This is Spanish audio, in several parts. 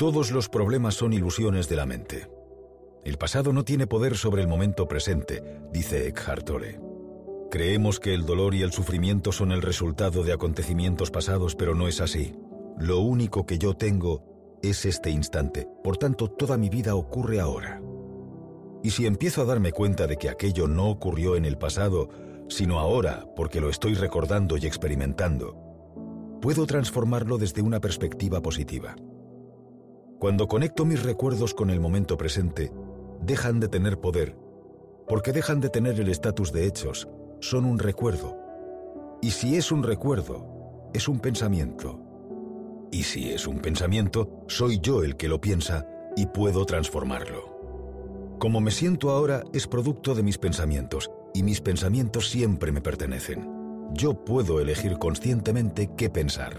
Todos los problemas son ilusiones de la mente. El pasado no tiene poder sobre el momento presente, dice Eckhart Tolle. Creemos que el dolor y el sufrimiento son el resultado de acontecimientos pasados, pero no es así. Lo único que yo tengo es este instante, por tanto toda mi vida ocurre ahora. Y si empiezo a darme cuenta de que aquello no ocurrió en el pasado, sino ahora, porque lo estoy recordando y experimentando, puedo transformarlo desde una perspectiva positiva. Cuando conecto mis recuerdos con el momento presente, dejan de tener poder, porque dejan de tener el estatus de hechos, son un recuerdo. Y si es un recuerdo, es un pensamiento. Y si es un pensamiento, soy yo el que lo piensa y puedo transformarlo. Como me siento ahora es producto de mis pensamientos, y mis pensamientos siempre me pertenecen. Yo puedo elegir conscientemente qué pensar.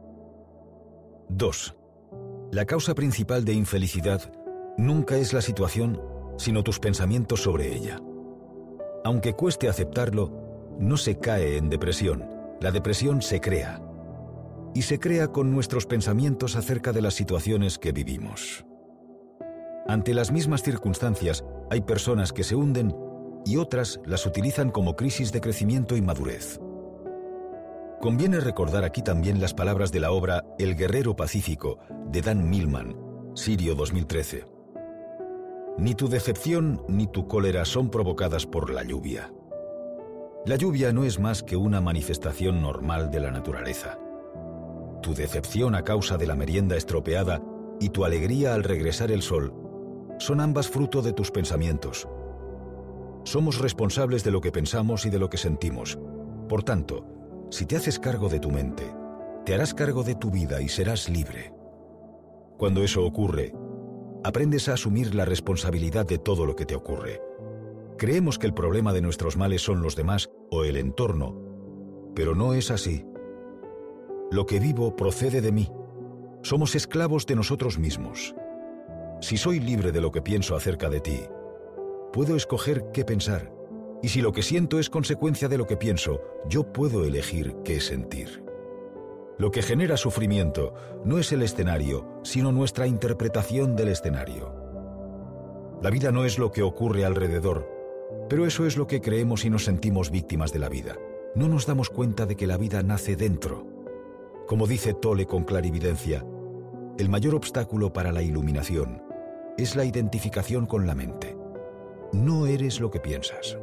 2. La causa principal de infelicidad nunca es la situación, sino tus pensamientos sobre ella. Aunque cueste aceptarlo, no se cae en depresión. La depresión se crea. Y se crea con nuestros pensamientos acerca de las situaciones que vivimos. Ante las mismas circunstancias, hay personas que se hunden y otras las utilizan como crisis de crecimiento y madurez. Conviene recordar aquí también las palabras de la obra El Guerrero Pacífico, de Dan Millman, Sirio 2013. Ni tu decepción ni tu cólera son provocadas por la lluvia. La lluvia no es más que una manifestación normal de la naturaleza. Tu decepción a causa de la merienda estropeada y tu alegría al regresar el sol son ambas fruto de tus pensamientos. Somos responsables de lo que pensamos y de lo que sentimos. Por tanto, si te haces cargo de tu mente, te harás cargo de tu vida y serás libre. Cuando eso ocurre, aprendes a asumir la responsabilidad de todo lo que te ocurre. Creemos que el problema de nuestros males son los demás o el entorno, pero no es así. Lo que vivo procede de mí. Somos esclavos de nosotros mismos. Si soy libre de lo que pienso acerca de ti, puedo escoger qué pensar. Y si lo que siento es consecuencia de lo que pienso, yo puedo elegir qué sentir. Lo que genera sufrimiento no es el escenario, sino nuestra interpretación del escenario. La vida no es lo que ocurre alrededor, pero eso es lo que creemos y nos sentimos víctimas de la vida. No nos damos cuenta de que la vida nace dentro. Como dice Tolle con clarividencia, el mayor obstáculo para la iluminación es la identificación con la mente. No eres lo que piensas.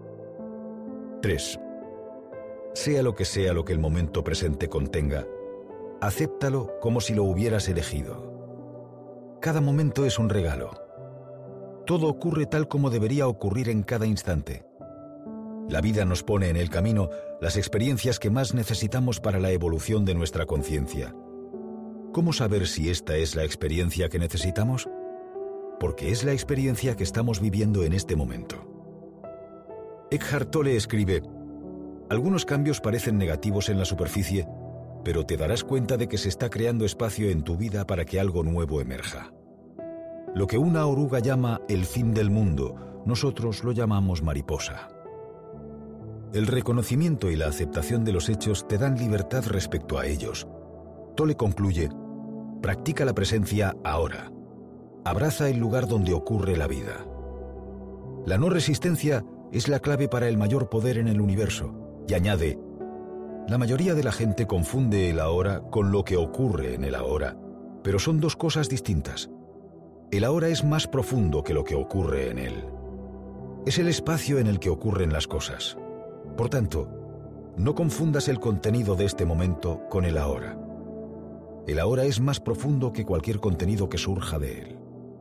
3. Sea lo que el momento presente contenga, acéptalo como si lo hubieras elegido. Cada momento es un regalo. Todo ocurre tal como debería ocurrir en cada instante. La vida nos pone en el camino las experiencias que más necesitamos para la evolución de nuestra conciencia. ¿Cómo saber si esta es la experiencia que necesitamos? Porque es la experiencia que estamos viviendo en este momento. Eckhart Tolle escribe: algunos cambios parecen negativos en la superficie, pero te darás cuenta de que se está creando espacio en tu vida para que algo nuevo emerja. Lo que una oruga llama el fin del mundo, nosotros lo llamamos mariposa. El reconocimiento y la aceptación de los hechos te dan libertad respecto a ellos. Tolle concluye: practica la presencia ahora. Abraza el lugar donde ocurre la vida. La no resistencia es la clave para el mayor poder en el universo. Y añade: la mayoría de la gente confunde el ahora con lo que ocurre en el ahora, pero son dos cosas distintas. El ahora es más profundo que lo que ocurre en él. Es el espacio en el que ocurren las cosas. Por tanto, no confundas el contenido de este momento con el ahora. El ahora es más profundo que cualquier contenido que surja de él.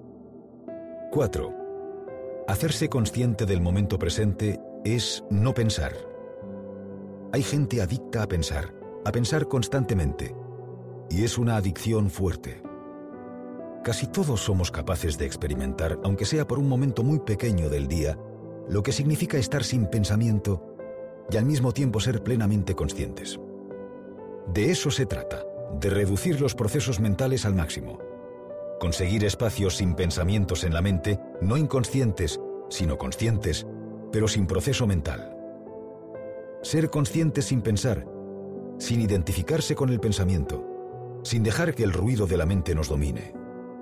4. Hacerse consciente del momento presente es no pensar. Hay gente adicta a pensar constantemente, y es una adicción fuerte. Casi todos somos capaces de experimentar, aunque sea por un momento muy pequeño del día, lo que significa estar sin pensamiento y al mismo tiempo ser plenamente conscientes. De eso se trata, de reducir los procesos mentales al máximo. Conseguir espacios sin pensamientos en la mente, no inconscientes, sino conscientes, pero sin proceso mental. Ser conscientes sin pensar, sin identificarse con el pensamiento, sin dejar que el ruido de la mente nos domine.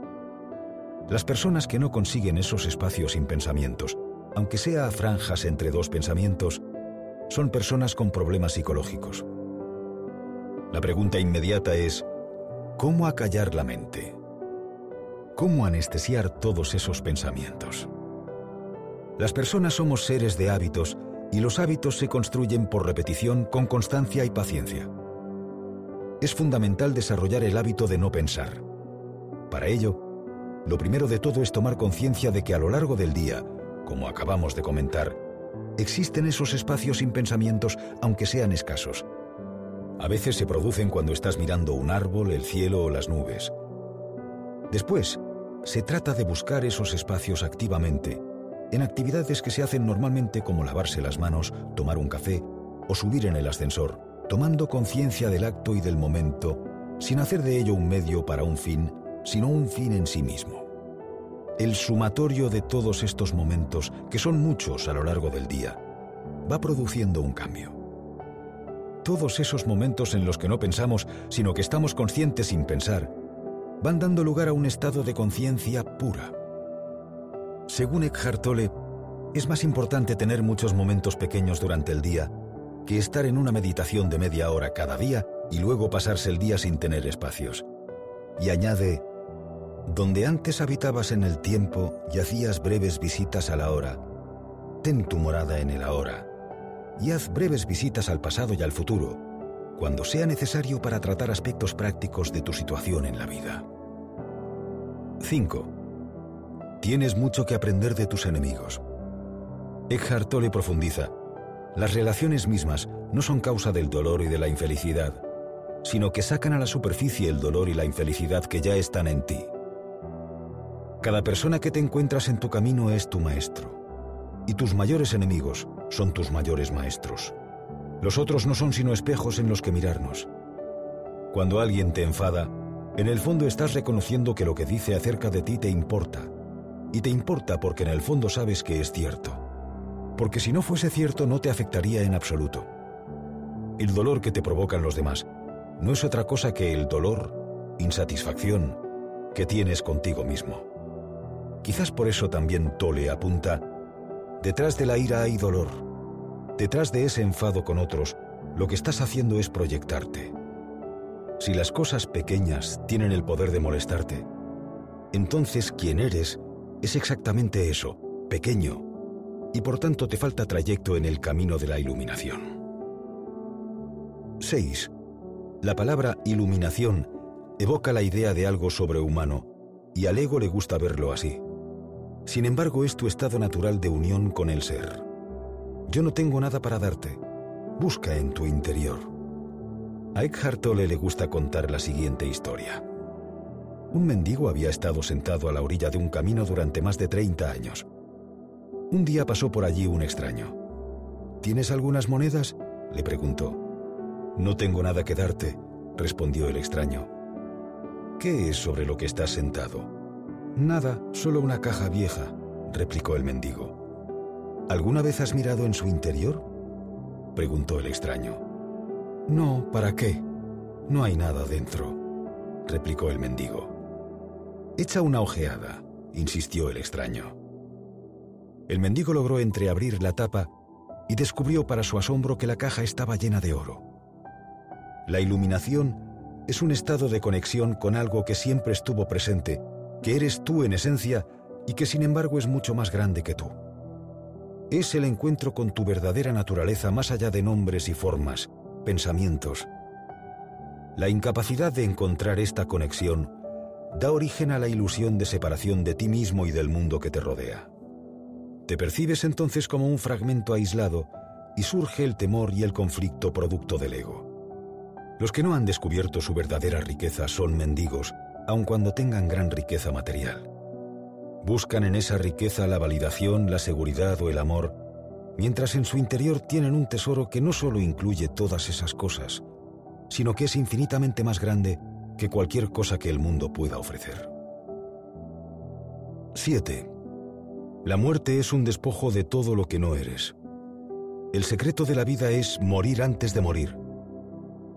Las personas que no consiguen esos espacios sin pensamientos, aunque sea a franjas entre dos pensamientos, son personas con problemas psicológicos. La pregunta inmediata es, ¿cómo acallar la mente? ¿Cómo anestesiar todos esos pensamientos? Las personas somos seres de hábitos y los hábitos se construyen por repetición con constancia y paciencia. Es fundamental desarrollar el hábito de no pensar. Para ello, lo primero de todo es tomar conciencia de que a lo largo del día, como acabamos de comentar, existen esos espacios sin pensamientos, aunque sean escasos. A veces se producen cuando estás mirando un árbol, el cielo o las nubes. Después, se trata de buscar esos espacios activamente en actividades que se hacen normalmente como lavarse las manos, tomar un café o subir en el ascensor, tomando conciencia del acto y del momento, sin hacer de ello un medio para un fin, sino un fin en sí mismo. El sumatorio de todos estos momentos, que son muchos a lo largo del día, va produciendo un cambio. Todos esos momentos en los que no pensamos, sino que estamos conscientes sin pensar, van dando lugar a un estado de conciencia pura. Según Eckhart Tolle, es más importante tener muchos momentos pequeños durante el día que estar en una meditación de media hora cada día y luego pasarse el día sin tener espacios. Y añade, donde antes habitabas en el tiempo y hacías breves visitas a la hora, ten tu morada en el ahora y haz breves visitas al pasado y al futuro, cuando sea necesario para tratar aspectos prácticos de tu situación en la vida. 5. Tienes mucho que aprender de tus enemigos. Eckhart Tolle profundiza, las relaciones mismas no son causa del dolor y de la infelicidad, sino que sacan a la superficie el dolor y la infelicidad que ya están en ti. Cada persona que te encuentras en tu camino es tu maestro, y tus mayores enemigos son tus mayores maestros. Los otros no son sino espejos en los que mirarnos. Cuando alguien te enfada, en el fondo estás reconociendo que lo que dice acerca de ti te importa, y te importa porque en el fondo sabes que es cierto, porque si no fuese cierto no te afectaría en absoluto. El dolor que te provocan los demás no es otra cosa que el dolor, insatisfacción, que tienes contigo mismo. Quizás por eso también Tolle apunta, detrás de la ira hay dolor, detrás de ese enfado con otros, lo que estás haciendo es proyectarte. Si las cosas pequeñas tienen el poder de molestarte, entonces quien eres es exactamente eso, pequeño, y por tanto te falta trayecto en el camino de la iluminación. 6. La palabra iluminación evoca la idea de algo sobrehumano, y al ego le gusta verlo así. Sin embargo, es tu estado natural de unión con el ser. Yo no tengo nada para darte. Busca en tu interior. A Eckhart Tolle le gusta contar la siguiente historia. Un mendigo había estado sentado a la orilla de un camino durante más de 30 años. Un día pasó por allí un extraño. ¿Tienes algunas monedas?, le preguntó. No tengo nada que darte, respondió el extraño. ¿Qué es sobre lo que estás sentado? Nada, solo una caja vieja, replicó el mendigo. ¿Alguna vez has mirado en su interior?, preguntó el extraño. No, ¿para qué? No hay nada dentro, replicó el mendigo. Echa una ojeada, insistió el extraño. El mendigo logró entreabrir la tapa y descubrió para su asombro que la caja estaba llena de oro. La iluminación es un estado de conexión con algo que siempre estuvo presente, que eres tú en esencia y que sin embargo es mucho más grande que tú. Es el encuentro con tu verdadera naturaleza más allá de nombres y formas, pensamientos. La incapacidad de encontrar esta conexión da origen a la ilusión de separación de ti mismo y del mundo que te rodea. Te percibes entonces como un fragmento aislado y surge el temor y el conflicto producto del ego. Los que no han descubierto su verdadera riqueza son mendigos, aun cuando tengan gran riqueza material. Buscan en esa riqueza la validación, la seguridad o el amor, mientras en su interior tienen un tesoro que no solo incluye todas esas cosas, sino que es infinitamente más grande que cualquier cosa que el mundo pueda ofrecer. 7. La muerte es un despojo de todo lo que no eres. El secreto de la vida es morir antes de morir.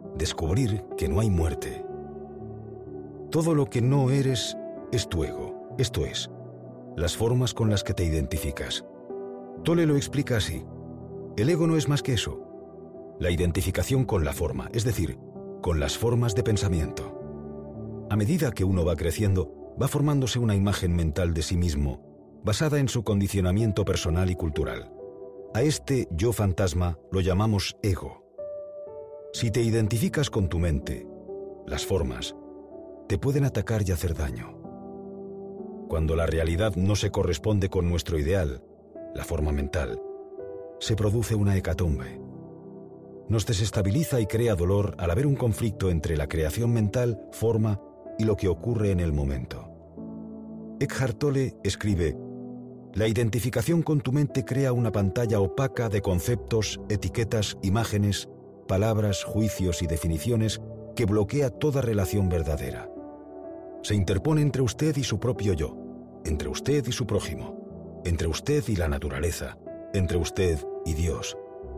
Descubrir que no hay muerte. Todo lo que no eres es tu ego. esto es, las formas con las que te identificas. Tolle lo explica así: el ego no es más que eso, la identificación con la forma, es decir, con las formas de pensamiento. A medida que uno va creciendo, va formándose una imagen mental de sí mismo, basada en su condicionamiento personal y cultural. A este yo fantasma lo llamamos ego. Si te identificas con tu mente, las formas te pueden atacar y hacer daño. Cuando la realidad no se corresponde con nuestro ideal, la forma mental, se produce una hecatombe. Nos desestabiliza y crea dolor al haber un conflicto entre la creación mental, forma y lo que ocurre en el momento. Eckhart Tolle escribe: la identificación con tu mente crea una pantalla opaca de conceptos, etiquetas, imágenes, palabras, juicios y definiciones que bloquea toda relación verdadera. Se interpone entre usted y su propio yo, entre usted y su prójimo, entre usted y la naturaleza, entre usted y Dios.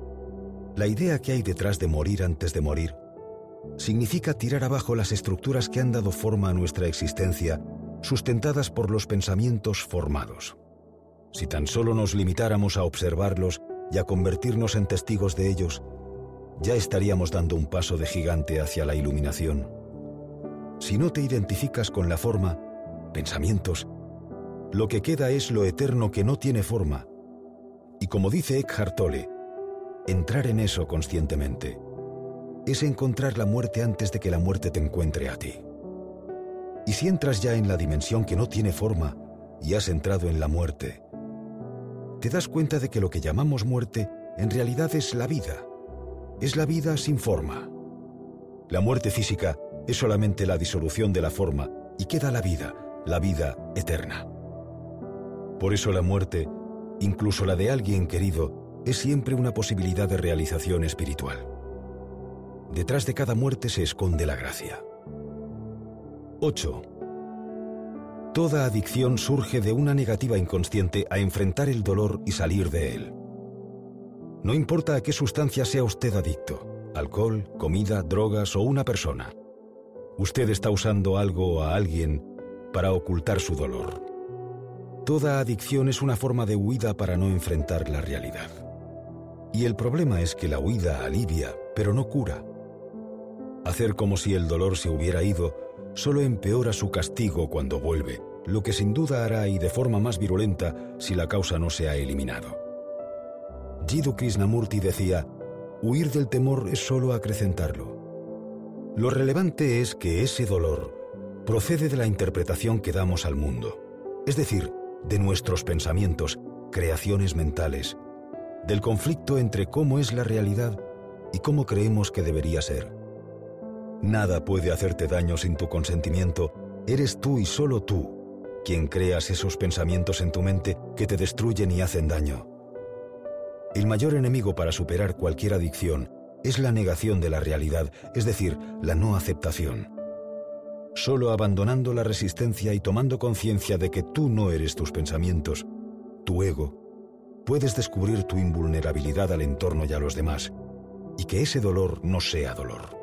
La idea que hay detrás de morir antes de morir significa tirar abajo las estructuras que han dado forma a nuestra existencia, sustentadas por los pensamientos formados. Si tan solo nos limitáramos a observarlos y a convertirnos en testigos de ellos, ya estaríamos dando un paso de gigante hacia la iluminación. Si no te identificas con la forma, pensamientos, lo que queda es lo eterno que no tiene forma. Y como dice Eckhart Tolle, entrar en eso conscientemente es encontrar la muerte antes de que la muerte te encuentre a ti. Y si entras ya en la dimensión que no tiene forma y has entrado en la muerte, te das cuenta de que lo que llamamos muerte en realidad es la vida. Es la vida sin forma. La muerte física es solamente la disolución de la forma y queda la vida eterna. Por eso la muerte, incluso la de alguien querido, es siempre una posibilidad de realización espiritual. Detrás de cada muerte se esconde la gracia. 8. Toda adicción surge de una negativa inconsciente a enfrentar el dolor y salir de él. No importa a qué sustancia sea usted adicto, alcohol, comida, drogas o una persona. Usted está usando algo o a alguien para ocultar su dolor. Toda adicción es una forma de huida para no enfrentar la realidad. Y el problema es que la huida alivia, pero no cura. Hacer como si el dolor se hubiera ido solo empeora su castigo cuando vuelve, lo que sin duda hará y de forma más virulenta si la causa no se ha eliminado. Jiddu Krishnamurti decía: huir del temor es solo acrecentarlo. Lo relevante es que ese dolor procede de la interpretación que damos al mundo, es decir, de nuestros pensamientos, creaciones mentales, del conflicto entre cómo es la realidad y cómo creemos que debería ser. Nada puede hacerte daño sin tu consentimiento. Eres tú y solo tú quien creas esos pensamientos en tu mente que te destruyen y hacen daño. El mayor enemigo para superar cualquier adicción es la negación de la realidad, es decir, la no aceptación. Solo abandonando la resistencia y tomando conciencia de que tú no eres tus pensamientos, tu ego, puedes descubrir tu invulnerabilidad al entorno y a los demás, y que ese dolor no sea dolor.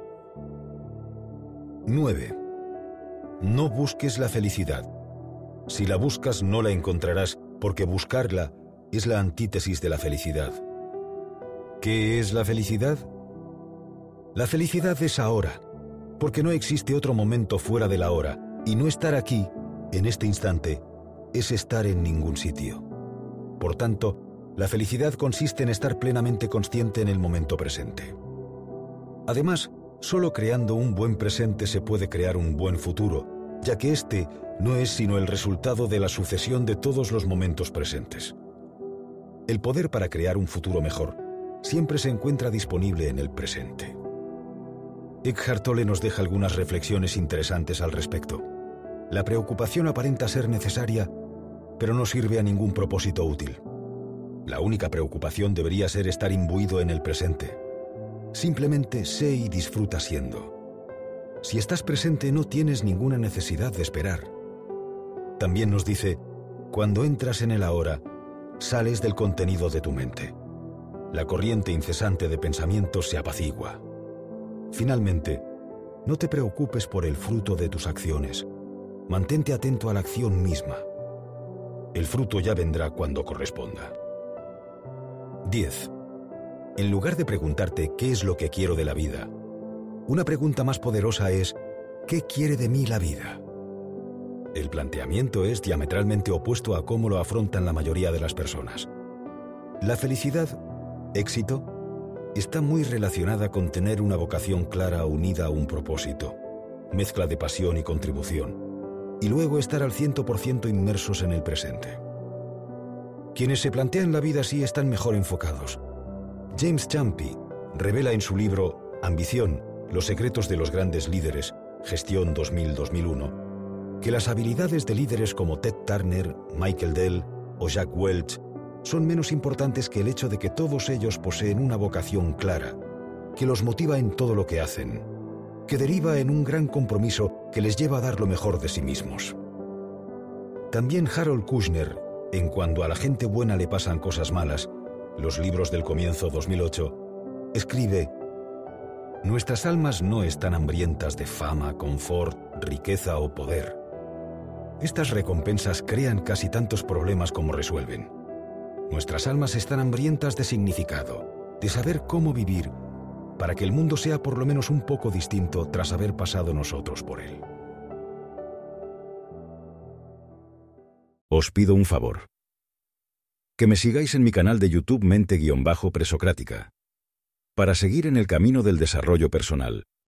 9. No busques la felicidad. Si la buscas, no la encontrarás, porque buscarla es la antítesis de la felicidad. ¿Qué es la felicidad? La felicidad es ahora, porque no existe otro momento fuera de la hora, y no estar aquí, en este instante, es estar en ningún sitio. Por tanto, la felicidad consiste en estar plenamente consciente en el momento presente. Además, solo creando un buen presente se puede crear un buen futuro, ya que este no es sino el resultado de la sucesión de todos los momentos presentes. El poder para crear un futuro mejor siempre se encuentra disponible en el presente. Eckhart Tolle nos deja algunas reflexiones interesantes al respecto. La preocupación aparenta ser necesaria, pero no sirve a ningún propósito útil. La única preocupación debería ser estar imbuido en el presente. Simplemente sé y disfruta siendo. Si estás presente, no tienes ninguna necesidad de esperar. También nos dice: cuando entras en el ahora, sales del contenido de tu mente. La corriente incesante de pensamientos se apacigua. Finalmente, no te preocupes por el fruto de tus acciones. mantente atento a la acción misma. El fruto ya vendrá cuando corresponda. 10. En lugar de preguntarte ¿qué es lo que quiero de la vida?, una pregunta más poderosa es ¿qué quiere de mí la vida? El planteamiento es diametralmente opuesto a cómo lo afrontan la mayoría de las personas. La felicidad, éxito, está muy relacionada con tener una vocación clara unida a un propósito, mezcla de pasión y contribución, y luego estar al 100% inmersos en el presente. Quienes se plantean la vida así están mejor enfocados. James Champy revela en su libro Ambición, los secretos de los grandes líderes, Gestión 2000-2001, que las habilidades de líderes como Ted Turner, Michael Dell o Jack Welch son menos importantes que el hecho de que todos ellos poseen una vocación clara, que los motiva en todo lo que hacen, que deriva en un gran compromiso que les lleva a dar lo mejor de sí mismos. También Harold Kushner, en Cuando a la gente buena le pasan cosas malas, los libros del comienzo 2008, escribe: nuestras almas no están hambrientas de fama, confort, riqueza o poder. Estas recompensas crean casi tantos problemas como resuelven. Nuestras almas están hambrientas de significado, de saber cómo vivir, para que el mundo sea por lo menos un poco distinto tras haber pasado nosotros por él. Os pido un favor. Que me sigáis en mi canal de YouTube Mente-Presocrática, para seguir en el camino del desarrollo personal